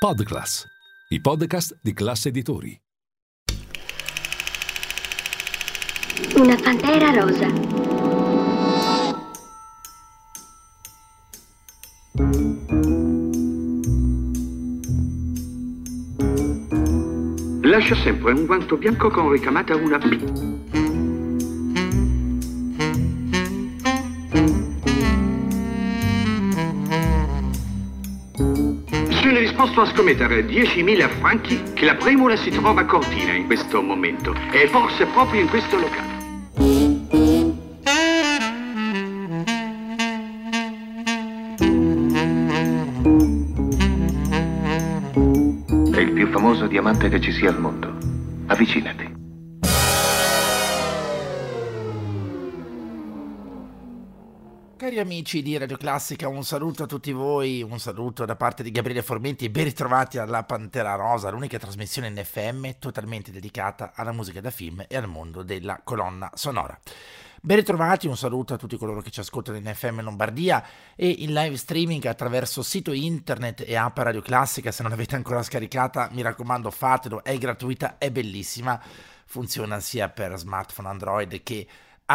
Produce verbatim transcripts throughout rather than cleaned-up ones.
Podclass, i podcast di Classe Editori. Una pantera rosa. Lascia sempre un guanto bianco con ricamata una P. Sono disposto a scommettere diecimila franchi che la Premula si trova a Cortina in questo momento e forse proprio in questo locale. È il più famoso diamante che ci sia al mondo. Avvicinati. Cari amici di Radio Classica, un saluto a tutti voi, un saluto da parte di Gabriele Formenti e ben ritrovati alla Pantera Rosa, l'unica trasmissione in F M totalmente dedicata alla musica da film e al mondo della colonna sonora. Ben ritrovati, un saluto a tutti coloro che ci ascoltano in F M Lombardia e in live streaming attraverso sito internet e app Radio Classica. Se non l'avete ancora scaricata, mi raccomando, fatelo, è gratuita, è bellissima, funziona sia per smartphone Android che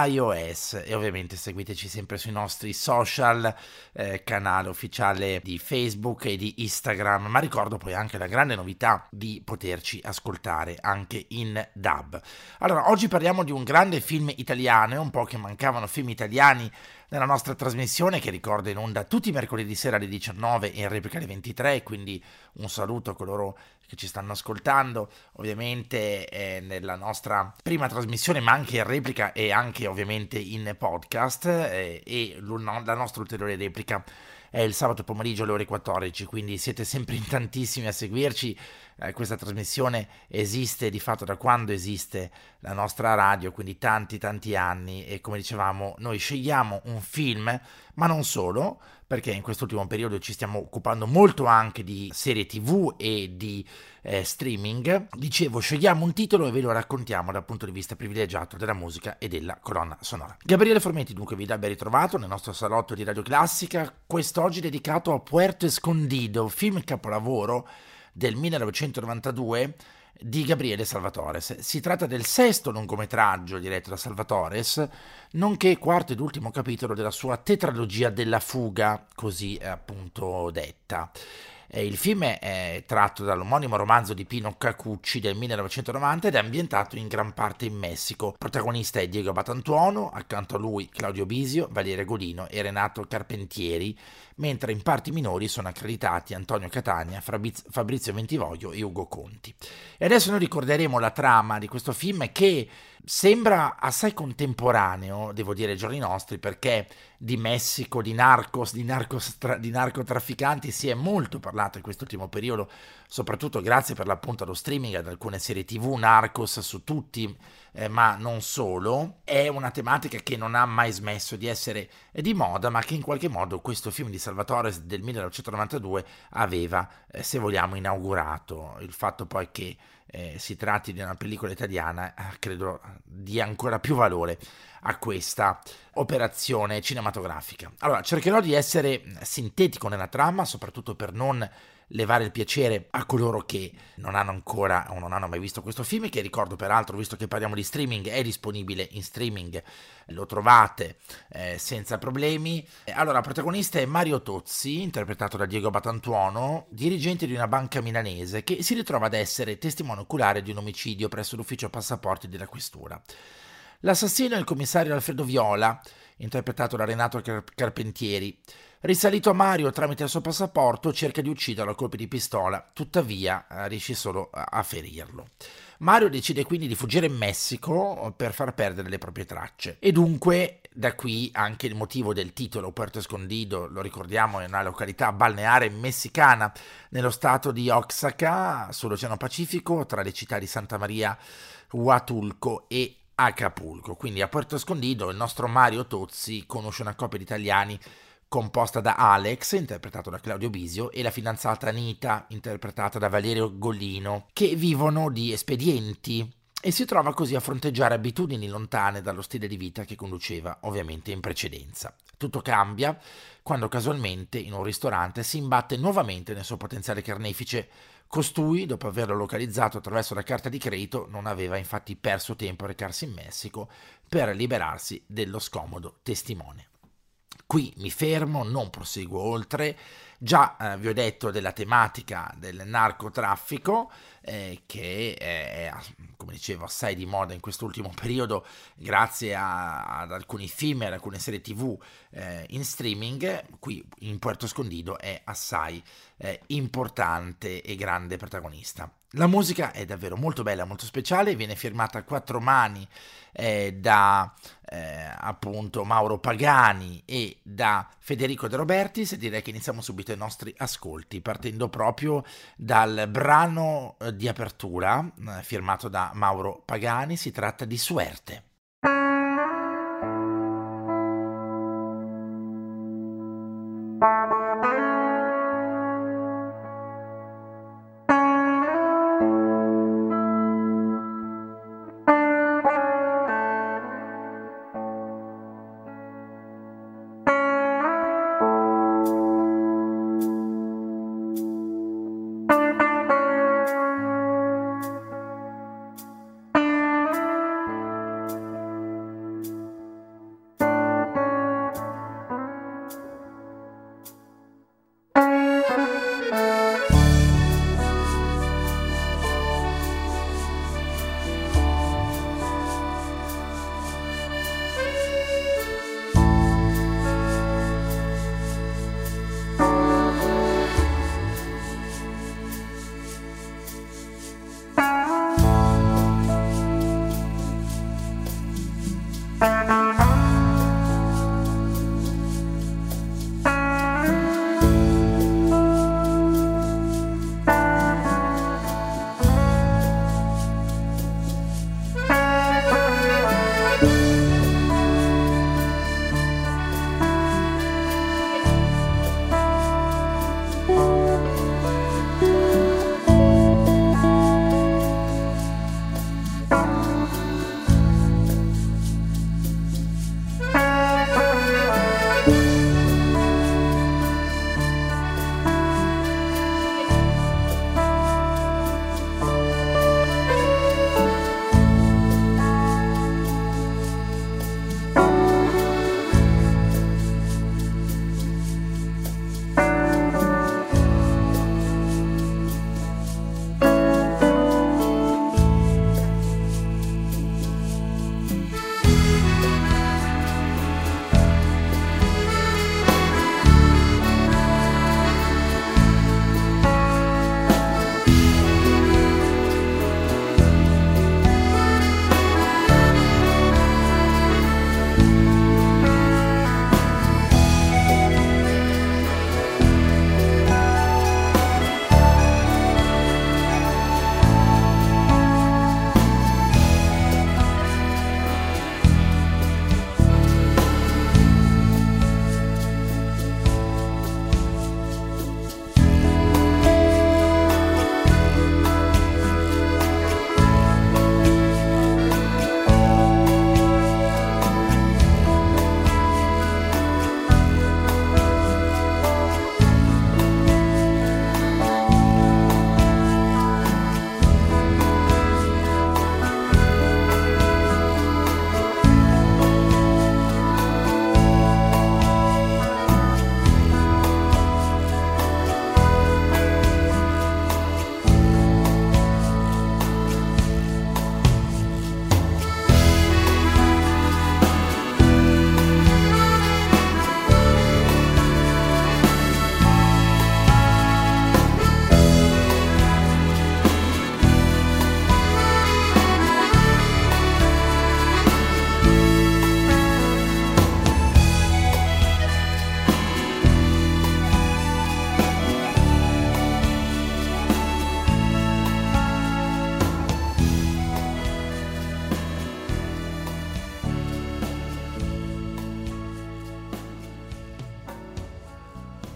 iOS e ovviamente seguiteci sempre sui nostri social, eh, canale ufficiale di Facebook e di Instagram, ma ricordo poi anche la grande novità di poterci ascoltare anche in D A B. Allora, oggi parliamo di un grande film italiano, è un po' che mancavano film italiani nella nostra trasmissione, che ricordo in onda tutti i mercoledì sera alle diciannove e in replica alle ventitré, quindi un saluto a coloro che ci stanno ascoltando, ovviamente eh, nella nostra prima trasmissione, ma anche in replica e anche ovviamente in podcast, eh, e la nostra ulteriore replica è il sabato pomeriggio alle ore quattordici, quindi siete sempre in tantissimi a seguirci. Eh, questa trasmissione esiste di fatto da quando esiste la nostra radio, quindi tanti tanti anni, e come dicevamo noi scegliamo un film, ma non solo, perché in quest'ultimo periodo ci stiamo occupando molto anche di serie tv e di eh, streaming. Dicevo, scegliamo un titolo e ve lo raccontiamo dal punto di vista privilegiato della musica e della colonna sonora. Gabriele Formenti dunque vi dà ben ritrovato nel nostro salotto di Radio Classica, quest'oggi dedicato a Puerto Escondido, film capolavoro del millenovecentonovantadue di Gabriele Salvatores. Si tratta del sesto lungometraggio diretto da Salvatores, nonché quarto ed ultimo capitolo della sua tetralogia della fuga, così è appunto detta. Eh, il film è tratto dall'omonimo romanzo di Pino Cacucci del millenovecentonovanta ed è ambientato in gran parte in Messico. Protagonista è Diego Batantuono, accanto a lui Claudio Bisio, Valeria Golino e Renato Carpentieri, mentre in parti minori sono accreditati Antonio Catania, Fabrizio Bentivoglio e Ugo Conti. E adesso noi ricorderemo la trama di questo film, che sembra assai contemporaneo, devo dire, ai giorni nostri, perché di Messico, di narcos, di, narcos tra, di narcotrafficanti si è molto parlato in quest'ultimo periodo, soprattutto grazie per l'appunto allo streaming, ad alcune serie tv, narcos su tutti, eh, ma non solo. È una tematica che non ha mai smesso di essere di moda, ma che in qualche modo questo film di Salvatore del millenovecentonovantadue aveva, eh, se vogliamo, inaugurato. Il fatto poi che Eh, si tratti di una pellicola italiana, eh, credo dia ancora più valore a questa operazione cinematografica. Allora, cercherò di essere sintetico nella trama, soprattutto per non levare il piacere a coloro che non hanno ancora o non hanno mai visto questo film, che ricordo peraltro, visto che parliamo di streaming, è disponibile in streaming, lo trovate eh, senza problemi. Allora, protagonista è Mario Tozzi, interpretato da Diego Batantuono, dirigente di una banca milanese, che si ritrova ad essere testimone oculare di un omicidio presso l'ufficio passaporti della questura. L'assassino è il commissario Alfredo Viola, interpretato da Renato Carpentieri. Risalito a Mario tramite il suo passaporto, cerca di ucciderlo a colpi di pistola, tuttavia eh, riesce solo a, a ferirlo. Mario decide quindi di fuggire in Messico per far perdere le proprie tracce, e dunque da qui anche il motivo del titolo. Puerto Escondido, lo ricordiamo, è una località balneare messicana nello stato di Oaxaca, sull'Oceano Pacifico, tra le città di Santa Maria, Huatulco e Acapulco. Quindi a Puerto Escondido il nostro Mario Tozzi conosce una coppia di italiani composta da Alex, interpretato da Claudio Bisio, e la fidanzata Anita, interpretata da Valerio Golino, che vivono di espedienti e si trova così a fronteggiare abitudini lontane dallo stile di vita che conduceva ovviamente in precedenza. Tutto cambia quando casualmente in un ristorante si imbatte nuovamente nel suo potenziale carnefice. Costui, dopo averlo localizzato attraverso la carta di credito, non aveva infatti perso tempo a recarsi in Messico per liberarsi dello scomodo testimone. Qui mi fermo, non proseguo oltre. Già eh, vi ho detto della tematica del narcotraffico, eh, che è, è, come dicevo, assai di moda in quest'ultimo periodo grazie a, ad alcuni film e ad alcune serie tv eh, in streaming. Qui in Puerto Escondido è assai eh, importante e grande protagonista. La musica è davvero molto bella, molto speciale, viene firmata a quattro mani eh, da eh, appunto Mauro Pagani e da Federico De Robertis, e direi che iniziamo subito i nostri ascolti, partendo proprio dal brano eh, di apertura eh, firmato da Mauro Pagani. Si tratta di Suerte.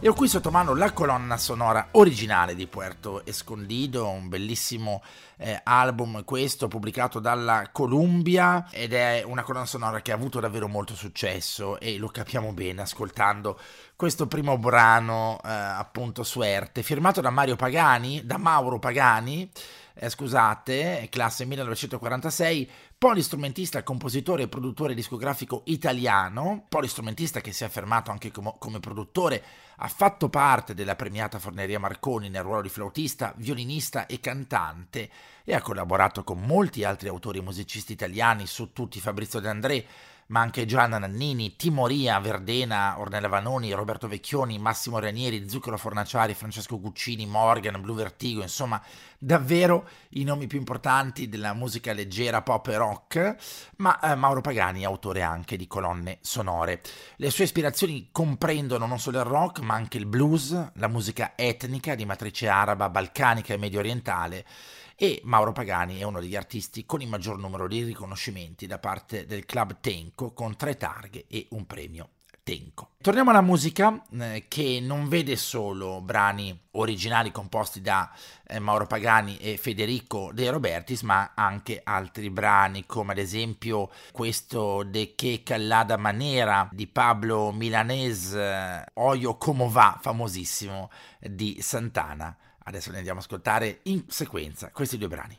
E ho qui sotto mano la colonna sonora originale di Puerto Escondido, un bellissimo eh, album questo, pubblicato dalla Columbia, ed è una colonna sonora che ha avuto davvero molto successo e lo capiamo bene ascoltando questo primo brano, eh, appunto Suerte, firmato da Mario Pagani, da Mauro Pagani, eh, scusate, classe millenovecentoquarantasei, polistrumentista, compositore e produttore discografico italiano, polistrumentista che si è affermato anche com- come produttore, ha fatto parte della premiata Forneria Marconi nel ruolo di flautista, violinista e cantante e ha collaborato con molti altri autori e musicisti italiani, su tutti Fabrizio De André, ma anche Gianna Nannini, Timoria, Verdena, Ornella Vanoni, Roberto Vecchioni, Massimo Ranieri, Zucchero Fornaciari, Francesco Guccini, Morgan, Blue Vertigo, insomma davvero i nomi più importanti della musica leggera, pop e rock, ma eh, Mauro Pagani è autore anche di colonne sonore. Le sue ispirazioni comprendono non solo il rock, ma anche il blues, la musica etnica di matrice araba, balcanica e medio orientale, e Mauro Pagani è uno degli artisti con il maggior numero di riconoscimenti da parte del Club Tenco, con tre targhe e un premio Tenco. Torniamo alla musica, eh, che non vede solo brani originali composti da eh, Mauro Pagani e Federico De Robertis, ma anche altri brani, come ad esempio questo De Che Callada Manera di Pablo Milanés, eh, Oyo Como Va, famosissimo, di Santana. Adesso ne andiamo a ascoltare in sequenza questi due brani.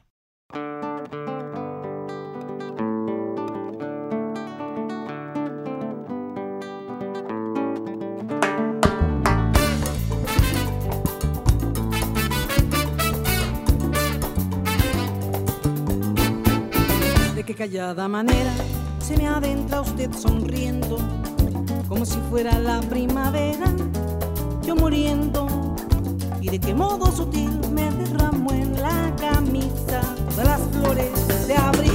De qué callada manera se me adentra usted sonriendo, como si fuera la primavera, yo muriendo. Y de qué modo sutil me derramó en la camisa todas las flores de abril.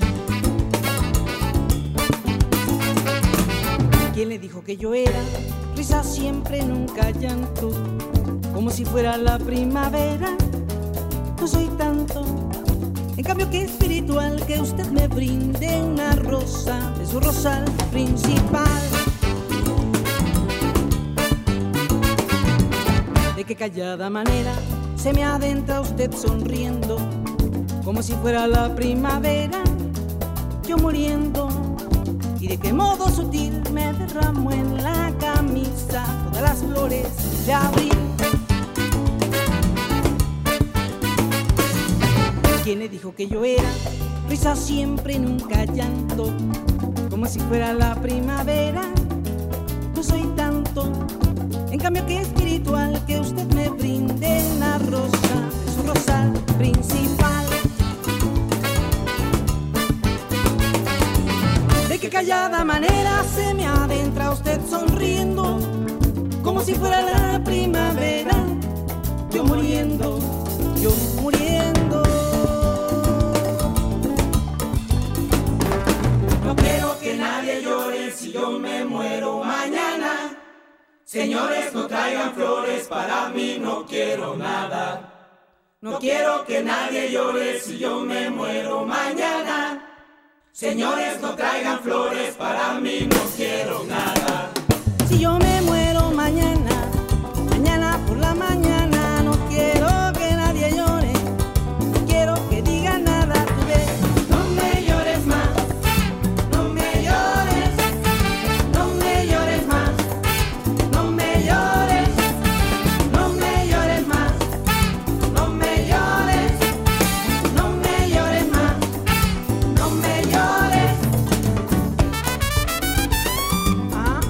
¿Quién le dijo que yo era risa siempre, nunca llanto? Como si fuera la primavera, no soy tanto. En cambio qué espiritual que usted me brinde una rosa de su rosal principal. De qué callada manera se me adentra usted sonriendo, como si fuera la primavera, yo muriendo. Y de qué modo sutil me derramó en la camisa todas las flores de abril. ¿Quién le dijo que yo era risa siempre y nunca llanto? Como si fuera la primavera, no soy tanto. En cambio qué espiritual que usted me brinde una rosa de su rosal principal. De qué callada manera se me adentra usted sonriendo, como si fuera la primavera, yo muriendo, yo muriendo. No quiero que nadie llore si yo me muero mañana. Señores, no traigan flores, para mí no quiero nada. No quiero que nadie llore si yo me muero mañana. Señores, no traigan flores, para mí no quiero nada. Si yo me muero mañana, mañana por la mañana, no quiero que nadie llore, no quiero que digan nada, tú ves. No me llores más, no me llores, no me llores más. No me llores, no me llores más, no me llores, no me llores más, no me llores. Ah.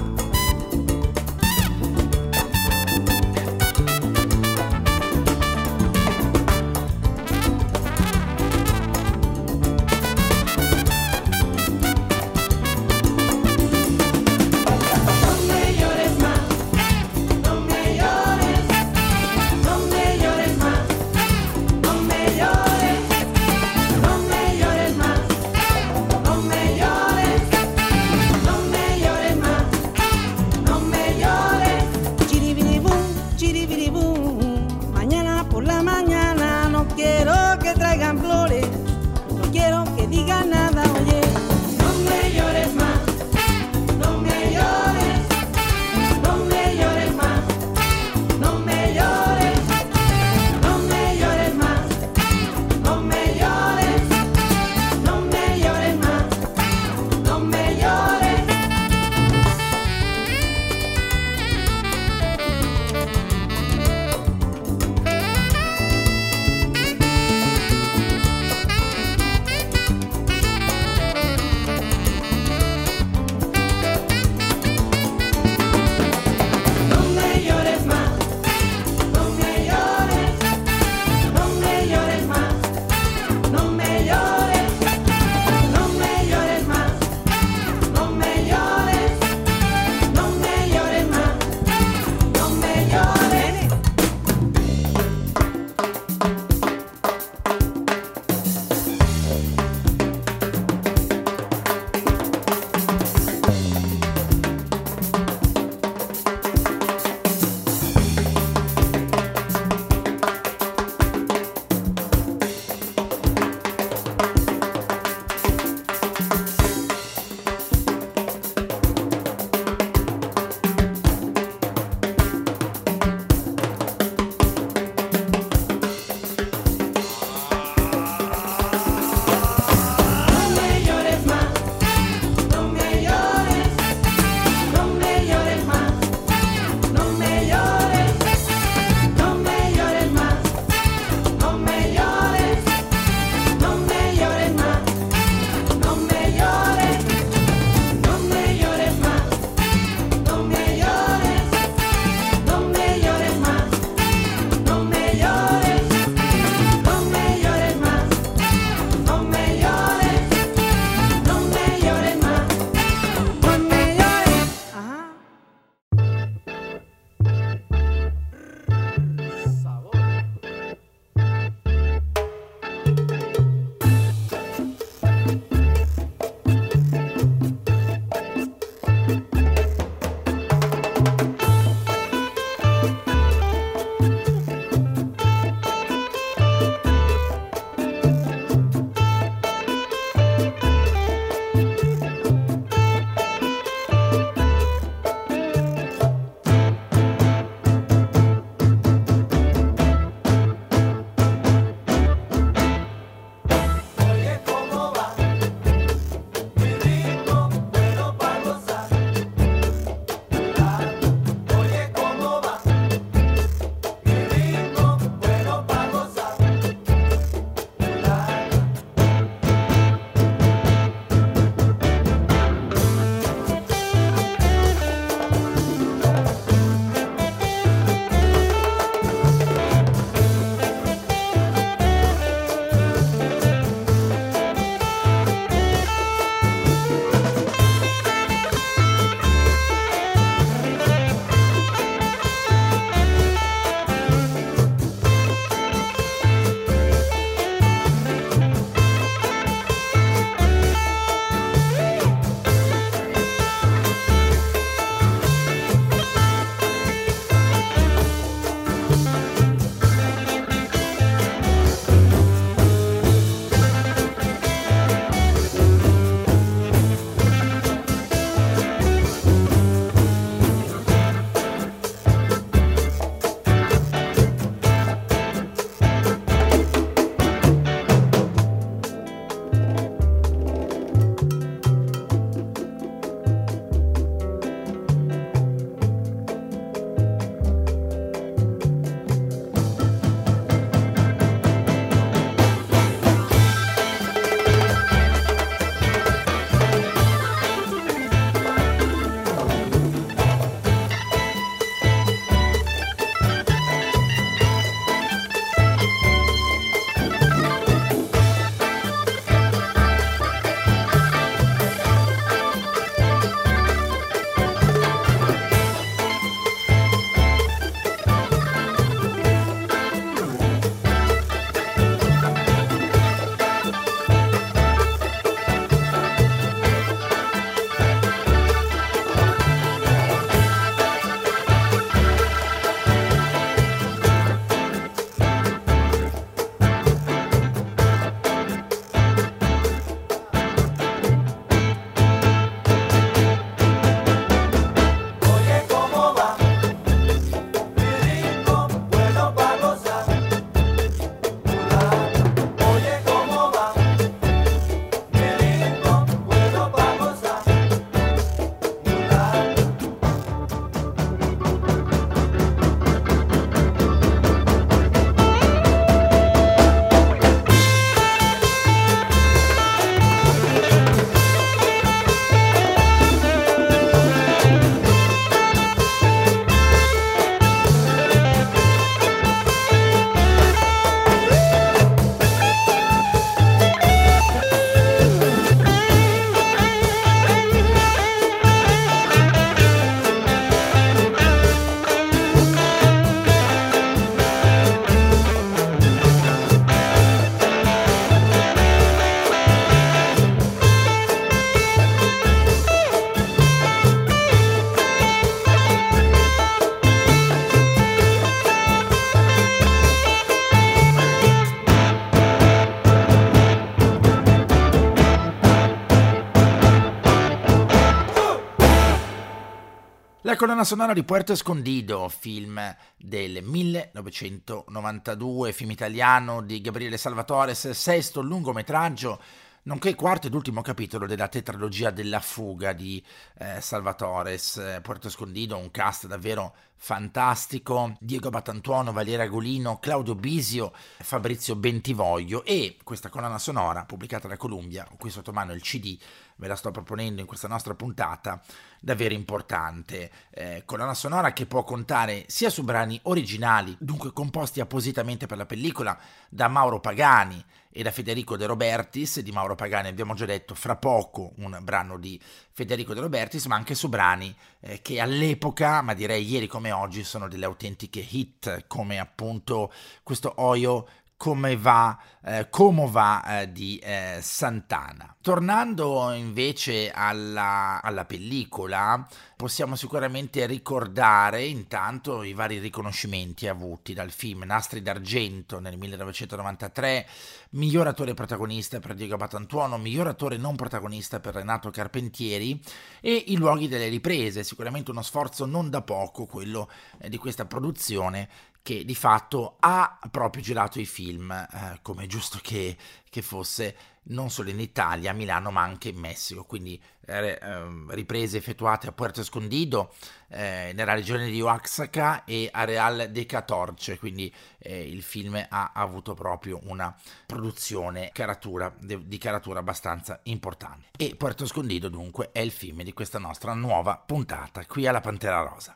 La colonna sonora di Puerto Escondido, film del millenovecentonovantadue, film italiano di Gabriele Salvatore, sesto lungometraggio, nonché quarto ed ultimo capitolo della tetralogia della fuga di eh, Salvatores. Puerto Escondido, un cast davvero fantastico: Diego Battantuono, Valeria Golino, Claudio Bisio, Fabrizio Bentivoglio, e questa colonna sonora pubblicata da Columbia, qui sotto mano il C D, ve la sto proponendo in questa nostra puntata, davvero importante. Eh, colonna sonora che può contare sia su brani originali, dunque composti appositamente per la pellicola, da Mauro Pagani e da Federico De Robertis. Di Mauro Pagani abbiamo già detto fra poco, un brano di Federico De Robertis, ma anche su brani eh, che all'epoca, ma direi ieri come oggi, sono delle autentiche hit, come appunto questo Oyo come va, eh, come va eh, di eh, Santana. Tornando invece alla, alla pellicola, possiamo sicuramente ricordare intanto i vari riconoscimenti avuti dal film: Nastri d'Argento nel millenovecentonovantatré, miglior attore protagonista per Diego Battantuono, miglior attore non protagonista per Renato Carpentieri, e I luoghi delle riprese, sicuramente uno sforzo non da poco quello eh, di questa produzione, che di fatto ha proprio girato i film, eh, come è giusto che, che fosse, non solo in Italia, a Milano, ma anche in Messico. Quindi eh, riprese effettuate a Puerto Escondido, eh, nella regione di Oaxaca, e a Real de Catorce, quindi eh, il film ha, ha avuto proprio una produzione caratura, de, di caratura abbastanza importante. E Puerto Escondido dunque è il film di questa nostra nuova puntata qui alla Pantera Rosa.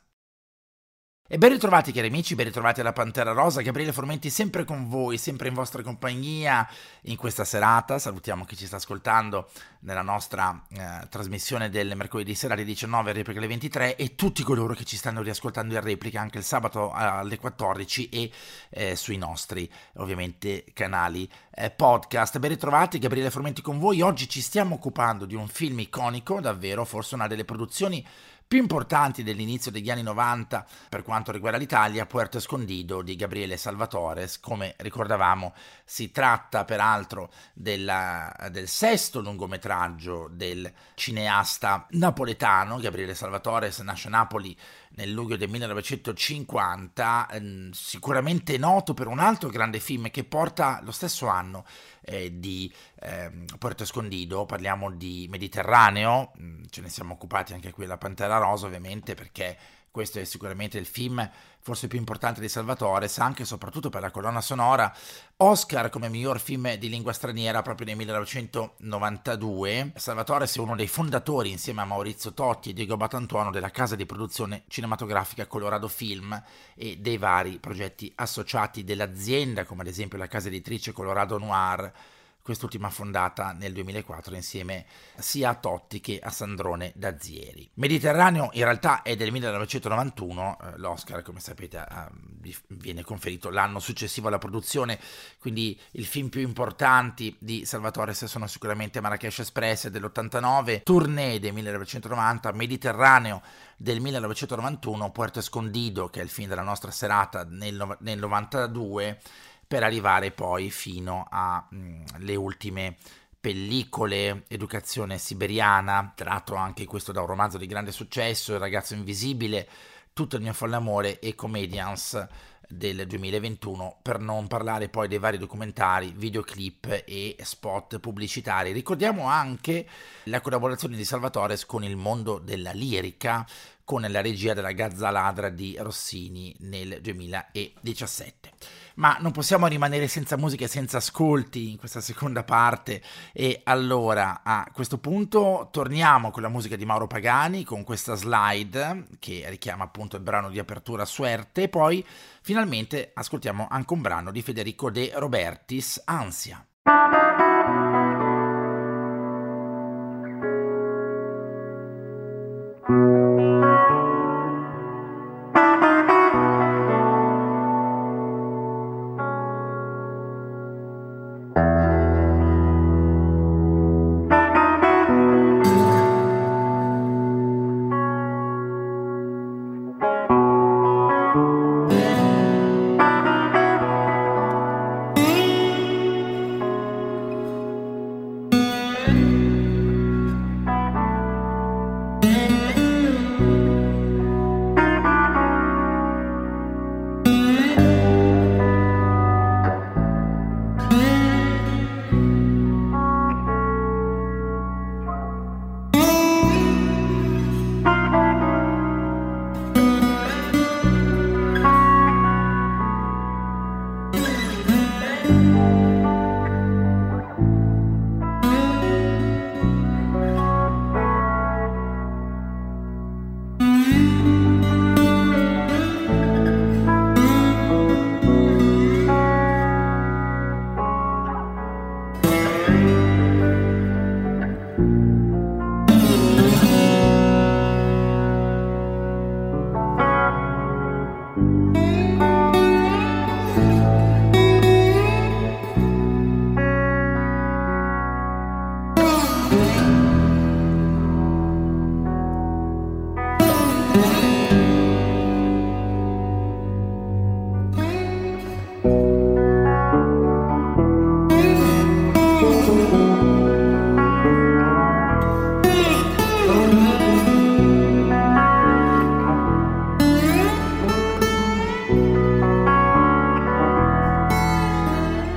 E ben ritrovati cari amici, ben ritrovati alla Pantera Rosa. Gabriele Formenti sempre con voi, sempre in vostra compagnia in questa serata. Salutiamo chi ci sta ascoltando nella nostra eh, trasmissione del mercoledì sera alle diciannove, a replica alle ventitré, e tutti coloro che ci stanno riascoltando in replica anche il sabato alle quattordici e eh, sui nostri ovviamente canali eh, podcast. Ben ritrovati, Gabriele Formenti con voi. Oggi ci stiamo occupando di un film iconico, davvero forse una delle produzioni più importanti dell'inizio degli anni novanta per quanto riguarda l'Italia, Puerto Escondido di Gabriele Salvatores. Come ricordavamo, si tratta peraltro della, del sesto lungometraggio del cineasta napoletano. Gabriele Salvatores nasce a Napoli nel luglio del millenovecentocinquanta, ehm, sicuramente noto per un altro grande film che porta lo stesso anno eh, di eh, Puerto Escondido. Parliamo di Mediterraneo. Ce ne siamo occupati anche qui alla Pantera Rosa, ovviamente, perché questo è sicuramente il film forse più importante di Salvatores, anche e soprattutto per la colonna sonora. Oscar come miglior film di lingua straniera proprio nel millenovecentonovantadue. Salvatores è uno dei fondatori, insieme a Maurizio Totti e Diego Battantuono, della casa di produzione cinematografica Colorado Film e dei vari progetti associati dell'azienda, come ad esempio la casa editrice Colorado Noir, quest'ultima fondata nel duemilaquattro insieme sia a Totti che a Sandrone Dazieri. Mediterraneo in realtà è del millenovecentonovantuno, eh, l'Oscar come sapete eh, viene conferito l'anno successivo alla produzione, quindi i film più importanti di Salvatores sono sicuramente Marrakesh Express dell'ottantanove, Tournée del millenovecentonovanta, Mediterraneo del millenovecentonovantuno, Puerto Escondido, che è il film della nostra serata, nel, nel novantadue, per arrivare poi fino alle ultime pellicole: Educazione siberiana, tratto anche questo da un romanzo di grande successo, Il ragazzo invisibile, Tutto il mio folle amore e Comedians del duemilaventuno, per non parlare poi dei vari documentari, videoclip e spot pubblicitari. Ricordiamo anche la collaborazione di Salvatores con il mondo della lirica, con la regia della Gazza Ladra di Rossini nel duemiladiciassette. Ma non possiamo rimanere senza musica e senza ascolti in questa seconda parte, e allora a questo punto torniamo con la musica di Mauro Pagani, con questa slide che richiama appunto il brano di apertura Suerte, e poi finalmente ascoltiamo anche un brano di Federico De Robertis, Ansia.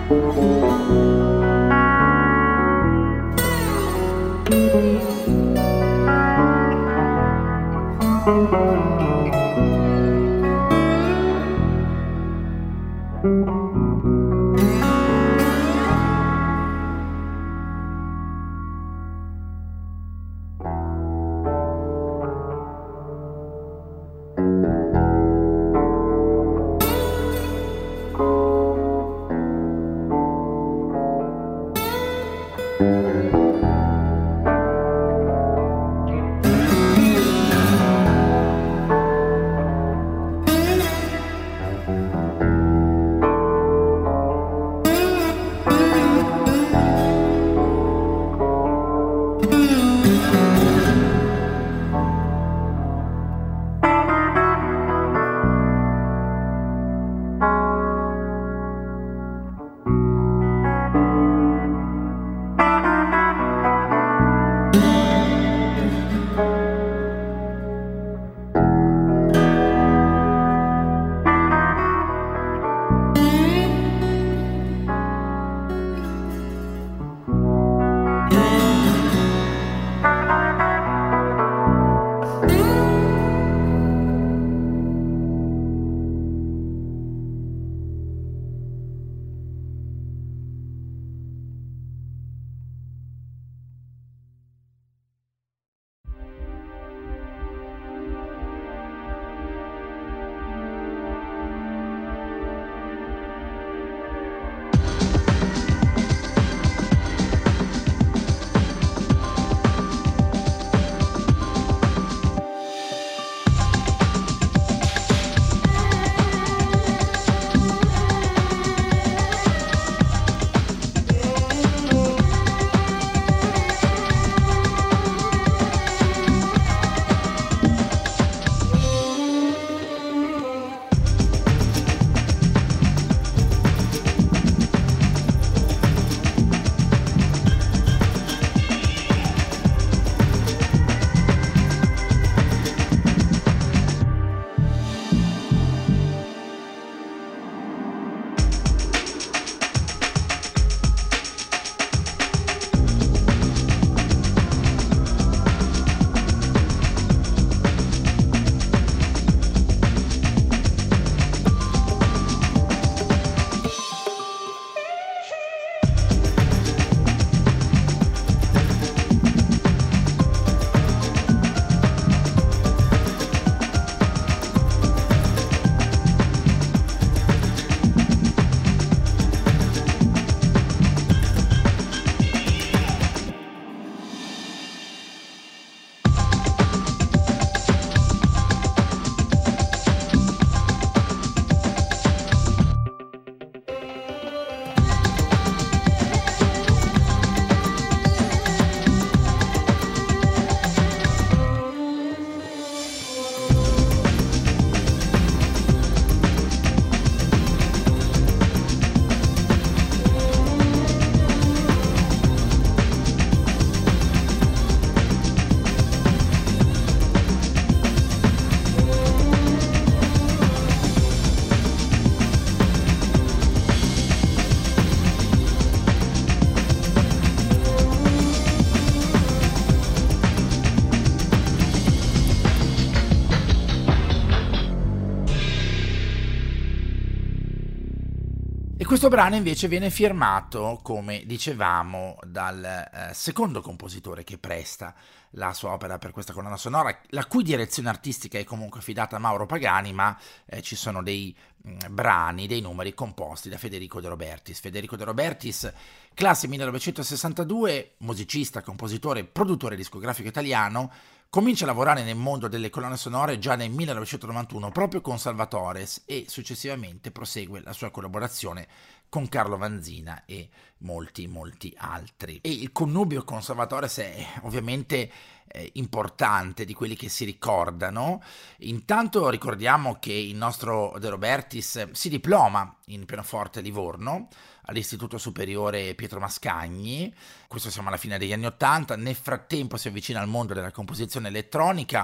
Questo brano invece viene firmato, come dicevamo, dal eh, secondo compositore che presta la sua opera per questa colonna sonora, la cui direzione artistica è comunque affidata a Mauro Pagani, ma eh, ci sono dei mh, brani, dei numeri composti da Federico De Robertis. Federico De Robertis, classe millenovecentosessantadue, musicista, compositore, produttore discografico italiano, comincia a lavorare nel mondo delle colonne sonore già nel millenovecentonovantuno proprio con Salvatores e successivamente prosegue la sua collaborazione con Carlo Vanzina e molti molti altri. E il connubio con Salvatores è ovviamente eh, importante, di quelli che si ricordano. Intanto ricordiamo che il nostro De Robertis si diploma in pianoforte a Livorno all'Istituto Superiore Pietro Mascagni, questo siamo alla fine degli anni Ottanta. Nel frattempo si avvicina al mondo della composizione elettronica,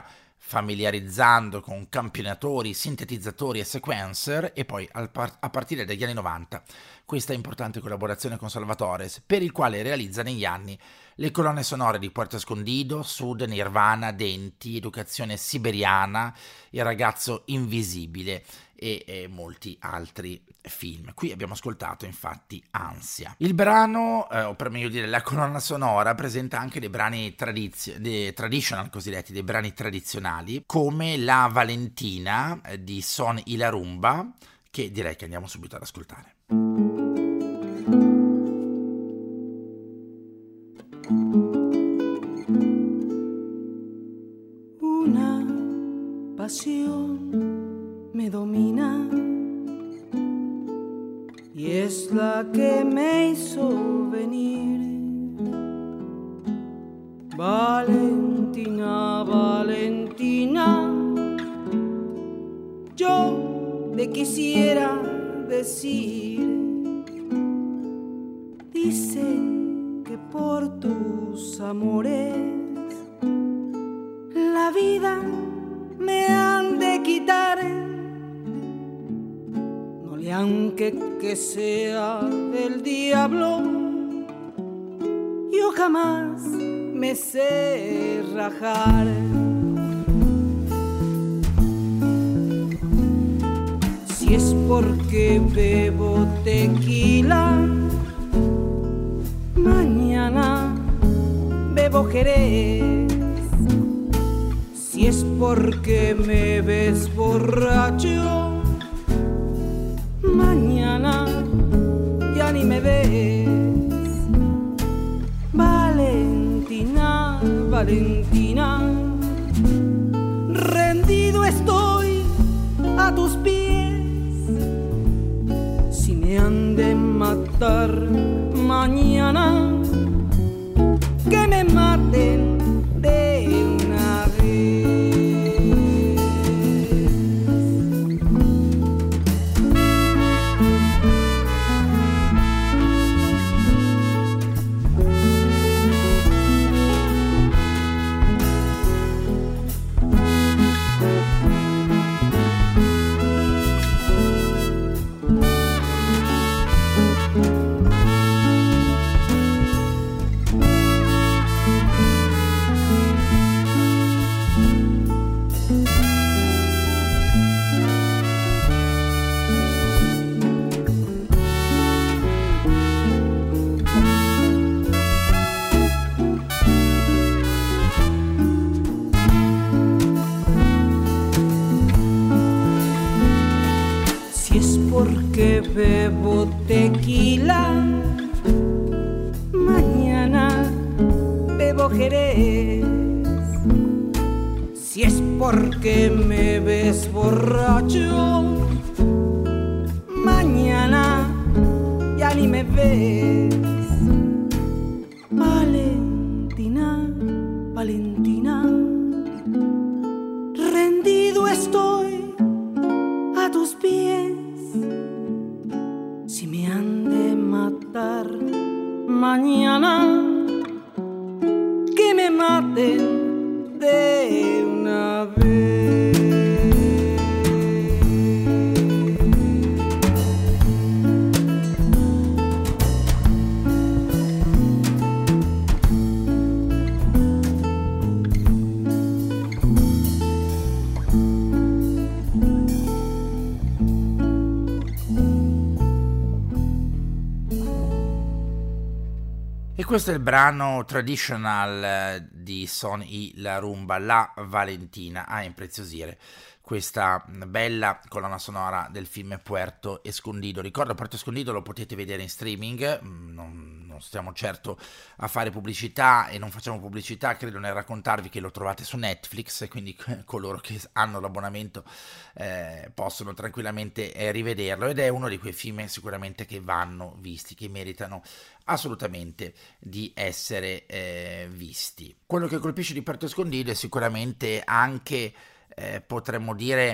familiarizzando con campionatori, sintetizzatori e sequencer, e poi al par- a partire dagli anni novanta questa importante collaborazione con Salvatore, per il quale realizza negli anni le colonne sonore di Puerto Escondido, Sud, Nirvana, Denti, Educazione Siberiana, Il ragazzo invisibile e, e molti altri film. Qui abbiamo ascoltato infatti Ansia. Il brano, eh, o per meglio dire la colonna sonora, presenta anche dei brani tradiz- dei traditional cosiddetti, dei brani tradizionali, come La Valentina eh, di Son y la Rumba, che direi che andiamo subito ad ascoltare. Una pasión me domina y es la que me hizo venir. Valentina, Valentina, yo te quisiera decir. Dicen que por tus amores la vida me han de quitar, no le aunque que sea del diablo, yo jamás me sé rajar. Si es porque bebo tequila, mañana bebo Jerez. Si es porque me ves borracho, mañana ya ni me ves. Valentina, Valentina, rendido estoy a tus pies. Si me han de matar mañana, que me maten de una vez. Porque bebo tequila, mañana bebo Jerez. Si es porque me ves borracho, mañana ya ni me ves. Valentina, Valentina, rendido estoy a tus pies. Si me han de matar mañana, que me maten de una vez. E questo è il brano traditional di Son y la Rumba, La Valentina, a impreziosire questa bella colonna sonora del film Puerto Escondido. Ricordo, Puerto Escondido lo potete vedere in streaming, non, non stiamo certo a fare pubblicità e non facciamo pubblicità, credo nel raccontarvi che lo trovate su Netflix, quindi coloro che hanno l'abbonamento eh, possono tranquillamente eh, rivederlo, ed è uno di quei film sicuramente che vanno visti, che meritano assolutamente di essere eh, visti. Quello che colpisce di Puerto Escondido è sicuramente anche, eh, potremmo dire,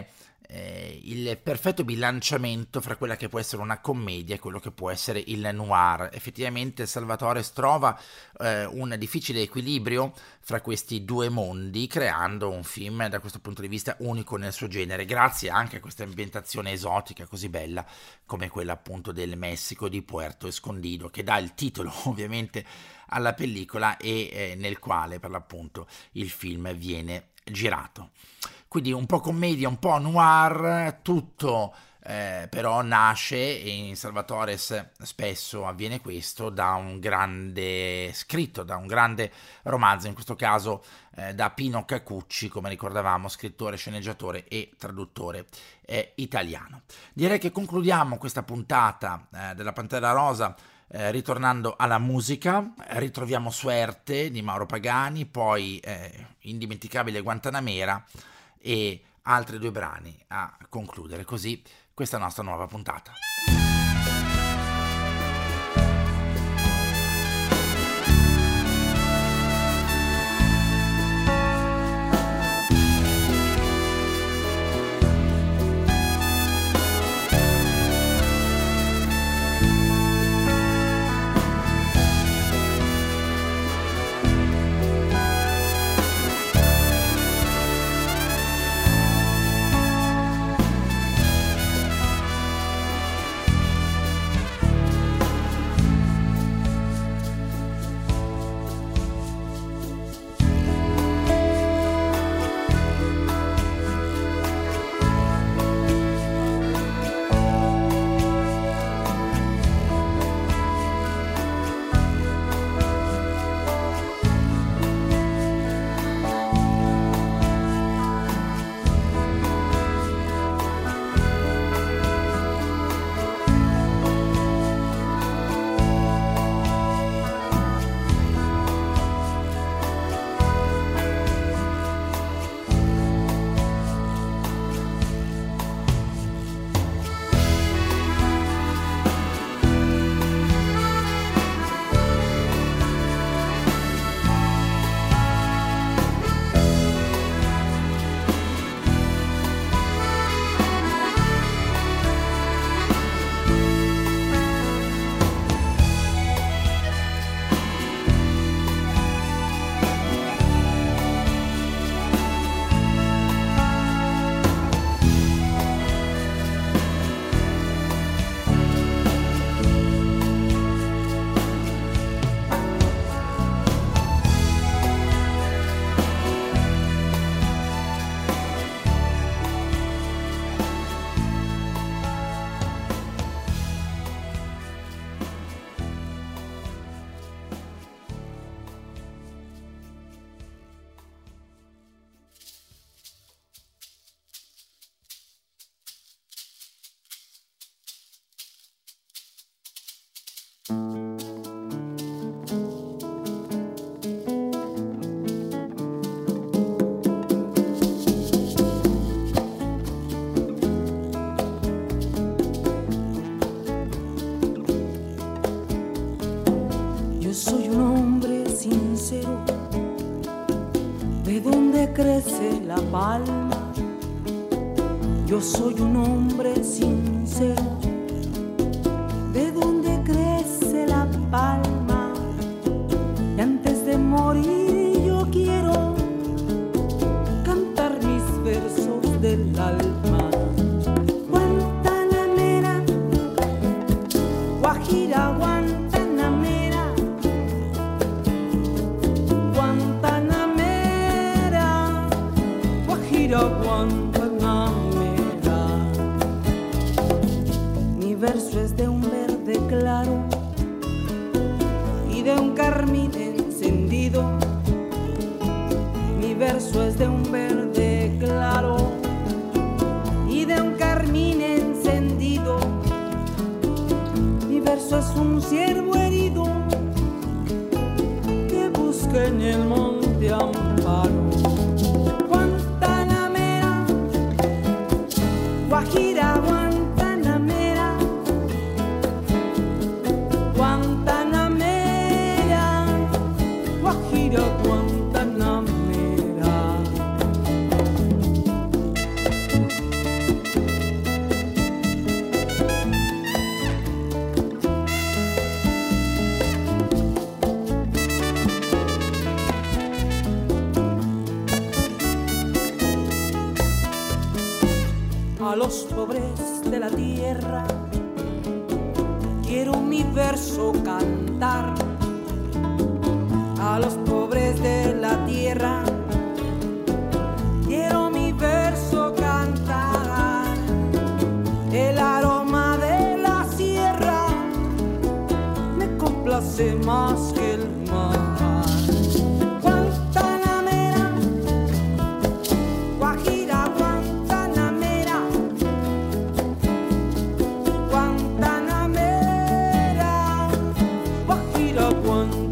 eh, il perfetto bilanciamento fra quella che può essere una commedia e quello che può essere il noir. Effettivamente Salvatore trova eh, un difficile equilibrio fra questi due mondi, creando un film da questo punto di vista unico nel suo genere, grazie anche a questa ambientazione esotica così bella come quella appunto del Messico di Puerto Escondido, che dà il titolo ovviamente alla pellicola e eh, nel quale per l'appunto il film viene girato. Quindi un po' commedia, un po' noir, tutto eh, però nasce, e in Salvatore spesso avviene questo, da un grande scritto, da un grande romanzo, in questo caso eh, da Pino Cacucci, come ricordavamo, scrittore, sceneggiatore e traduttore eh, italiano. Direi che concludiamo questa puntata eh, della Pantera Rosa Eh, ritornando alla musica. Ritroviamo Suerte di Mauro Pagani, poi eh, indimenticabile Guantanamera e altri due brani a concludere così questa nostra nuova puntata. Crece la palma, yo soy un hombre sincero. ¿De dónde crece la palma? Y antes de morir yo quiero cantar mis versos del alma. Guantanamera, Guajira, Guantanamera, Guantanamera, Guajira, Guantanamera. Mi verso es de un verde claro y de un carmín encendido. Mi verso es de un verde claro y de un carmín encendido. Mi verso es un ciervo herido que busca en el monte amparo. Guantanamera, Guajira, Guantanamera, Guantanamera, Guajira, Guantanamera. los pobres de la tierra quiero mi verso cantar. A los pobres de la tierra quiero mi verso cantar. El aroma de la sierra me complace más que el mar. Guantanamera, Guajira, Guantanamera, Guantanamera, Guajira, Guantanamera.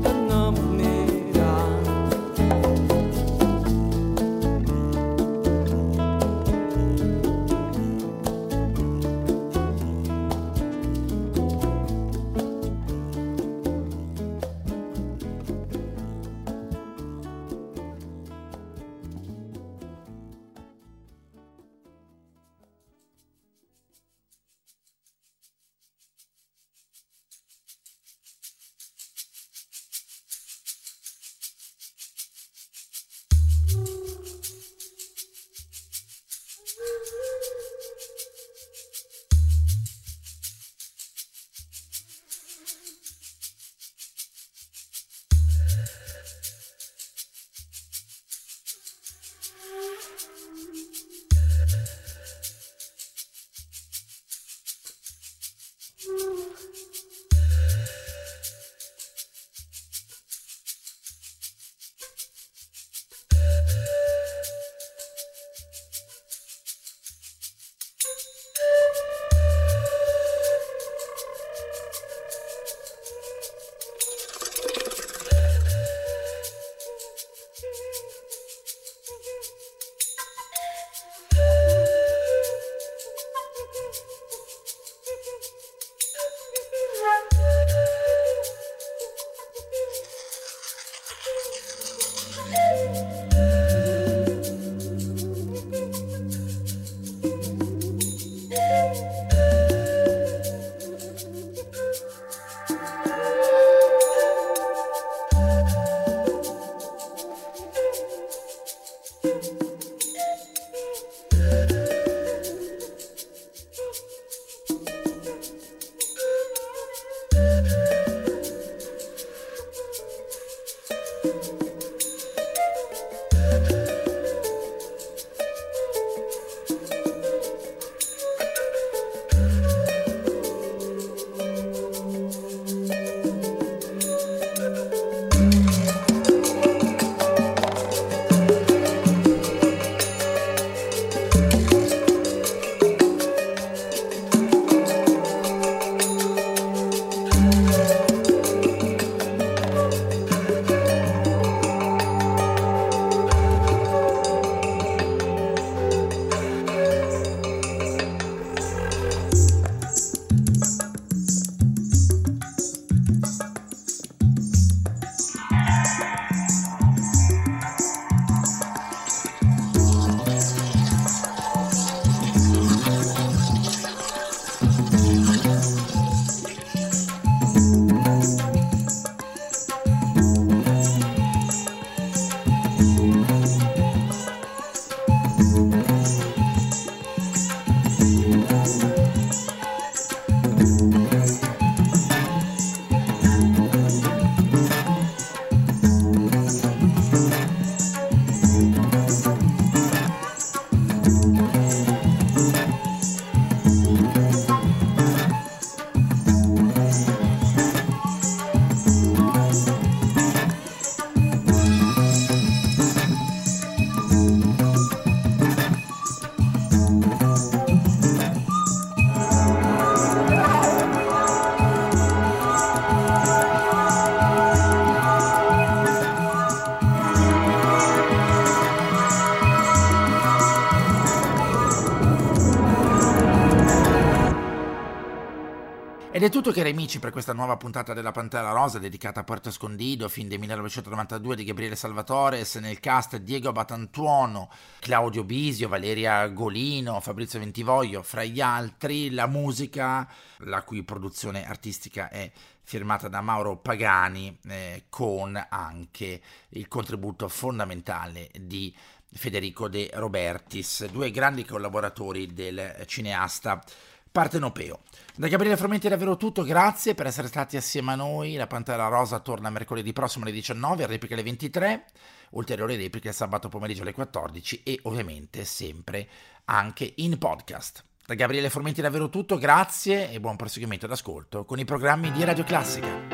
Ed è tutto, cari amici, per questa nuova puntata della Pantera Rosa dedicata a Puerto Escondido, film del millenovecentonovantadue di Gabriele Salvatores. Nel cast Diego Batantuono, Claudio Bisio, Valeria Golino, Fabrizio Ventivoglio, fra gli altri. La musica, la cui produzione artistica è firmata da Mauro Pagani, eh, con anche il contributo fondamentale di Federico De Robertis, due grandi collaboratori del cineasta partenopeo. Da Gabriele Frumenti è davvero tutto, grazie per essere stati assieme a noi. La Pantera Rosa torna mercoledì prossimo alle diciannove, replica alle ventitré, ulteriori repliche sabato pomeriggio alle quattordici e ovviamente sempre anche in podcast. Da Gabriele Frumenti è davvero tutto, grazie e buon proseguimento d'ascolto con i programmi di Radio Classica.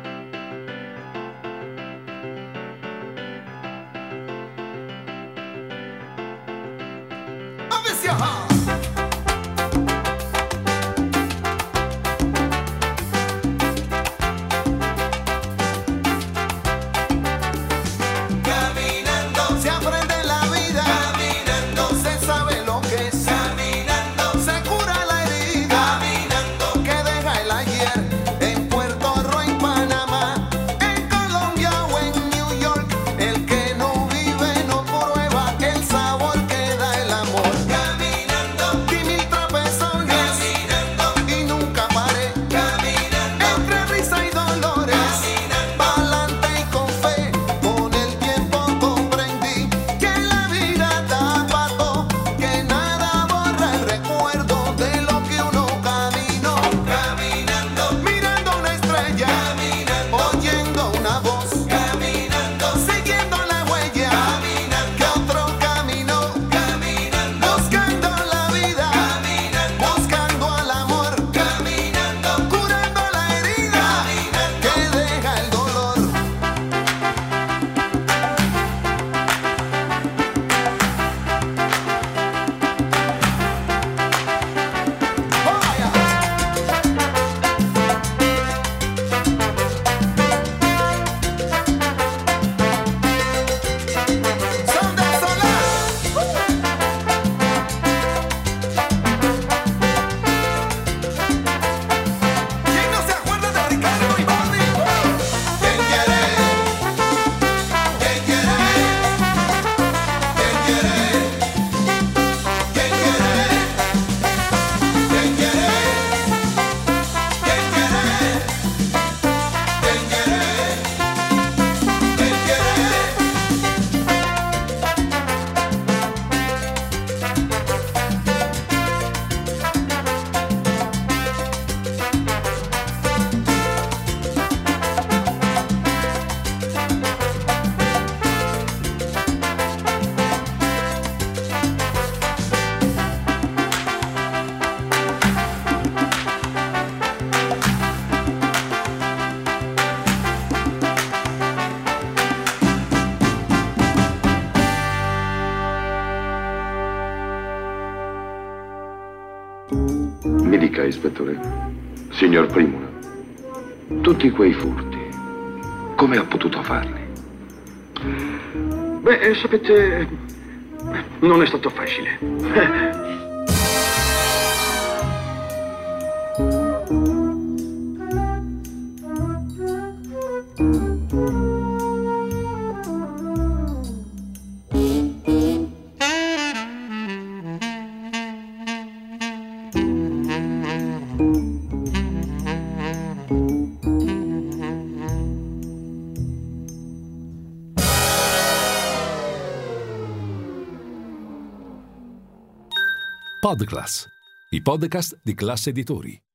Mi dica, ispettore, signor Primula, tutti quei furti, come ha potuto farli? Beh, sapete, non è stato facile. Podclass, i podcast di Classe Editori.